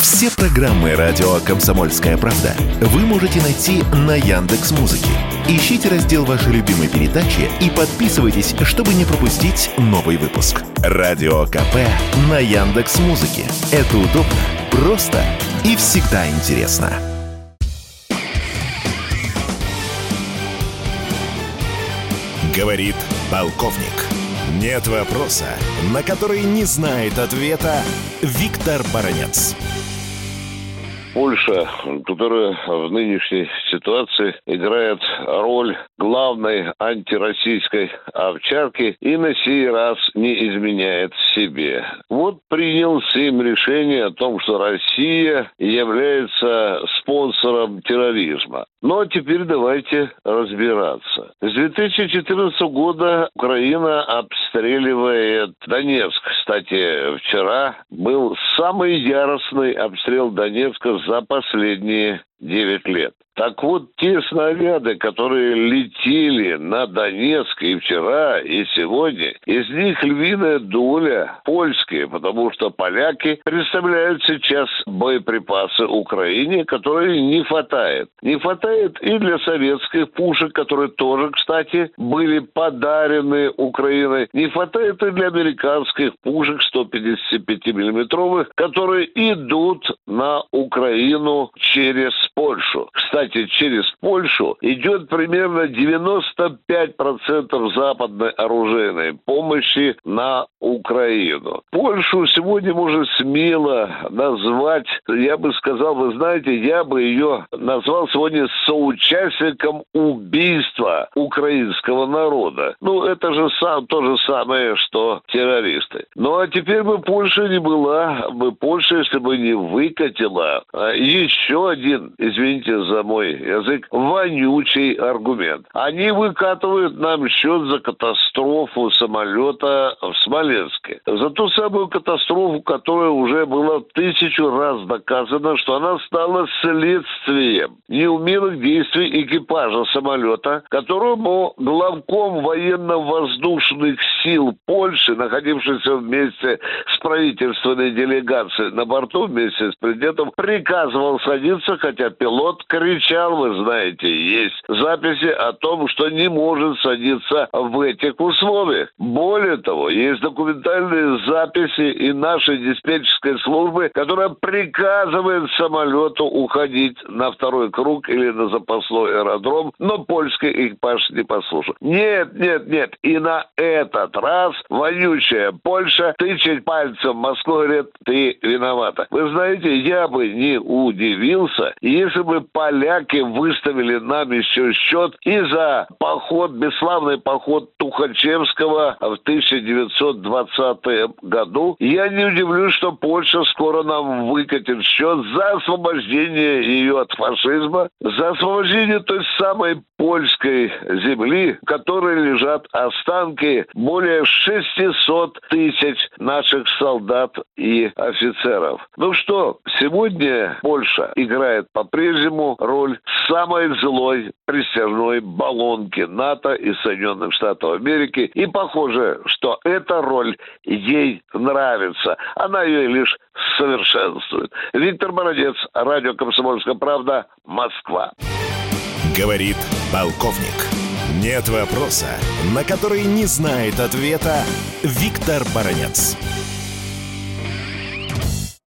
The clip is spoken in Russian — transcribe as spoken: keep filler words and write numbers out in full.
Все программы радио «Комсомольская правда» вы можете найти на Яндекс.Музыке. Ищите раздел вашей любимой передачи и подписывайтесь, чтобы не пропустить новый выпуск. Радио КП на Яндекс.Музыке. Это удобно, просто и всегда интересно. Говорит полковник. Нет вопроса, на который не знает ответа Виктор Баранец. Польша, которая в нынешней ситуации играет роль главной антироссийской овчарки и на сей раз не изменяет себе. Вот принял Сейм решение о том, что Россия является спонсором терроризма. Ну а теперь давайте разбираться. С две тысячи четырнадцатого года Украина обстреливает Донецк. Кстати, вчера был самый яростный обстрел Донецка за последние девять лет. Так вот, те снаряды, которые летели на Донецк и вчера, и сегодня, из них львиная доля польские, потому что поляки представляют сейчас боеприпасы Украине, которые не хватает. Не хватает и для советских пушек, которые тоже, кстати, были подарены Украиной. Не хватает и для американских пушек сто пятьдесят пять миллиметровых, которые идут на Украину через Польшу. Кстати, через Польшу идет примерно девяносто пять процентов западной оружейной помощи на Украину. Польшу сегодня можно смело назвать, я бы сказал, вы знаете, я бы ее назвал сегодня соучастником убийства украинского народа. Ну, это же сам, то же самое, что террористы. Ну, а теперь бы Польша не была, бы Польша, если бы не выкатила еще один, извините за мой язык, вонючий аргумент. Они выкатывают нам счет за катастрофу самолета в Смоленске. За ту самую катастрофу, которая уже была тысячу раз доказана, что она стала следствием неумелых действий экипажа самолета, которому главком военно-воздушных сил Польши, находившийся вместе с правительственной делегацией на борту вместе с президентом, приказывал садиться, хотя пилот кричал, вы знаете, есть записи о том, что не может садиться в этих условиях. Более того, есть документальные записи и нашей диспетчерской службы, которая приказывает самолету уходить на второй круг или на запасной аэродром, но польский экипаж не послушал. Нет, нет, нет. И на этот раз вонючая Польша тычет пальцем в Москву, говорит, ты виновата. Вы знаете, я бы не удивился, если бы поляки выставили нам еще счет и за поход, бесславный поход Тухачевского в тысяча девятьсот двадцатом году. Я не удивлюсь, что Польша скоро нам выкатит счет за освобождение ее от фашизма, за освобождение той самой польской земли, в которой лежат останки более шестисот тысяч наших солдат и офицеров. Ну что, сегодня Польша играет по-прежнему роль самой злой присяжной баллонки НАТО и Соединенных Штатов Америки. И похоже, что эта роль ей нравится. Она ее лишь совершенствует. Виктор Баранец, радио «Комсомольская правда», Москва. Говорит полковник. Нет вопроса, на который не знает ответа Виктор Баранец.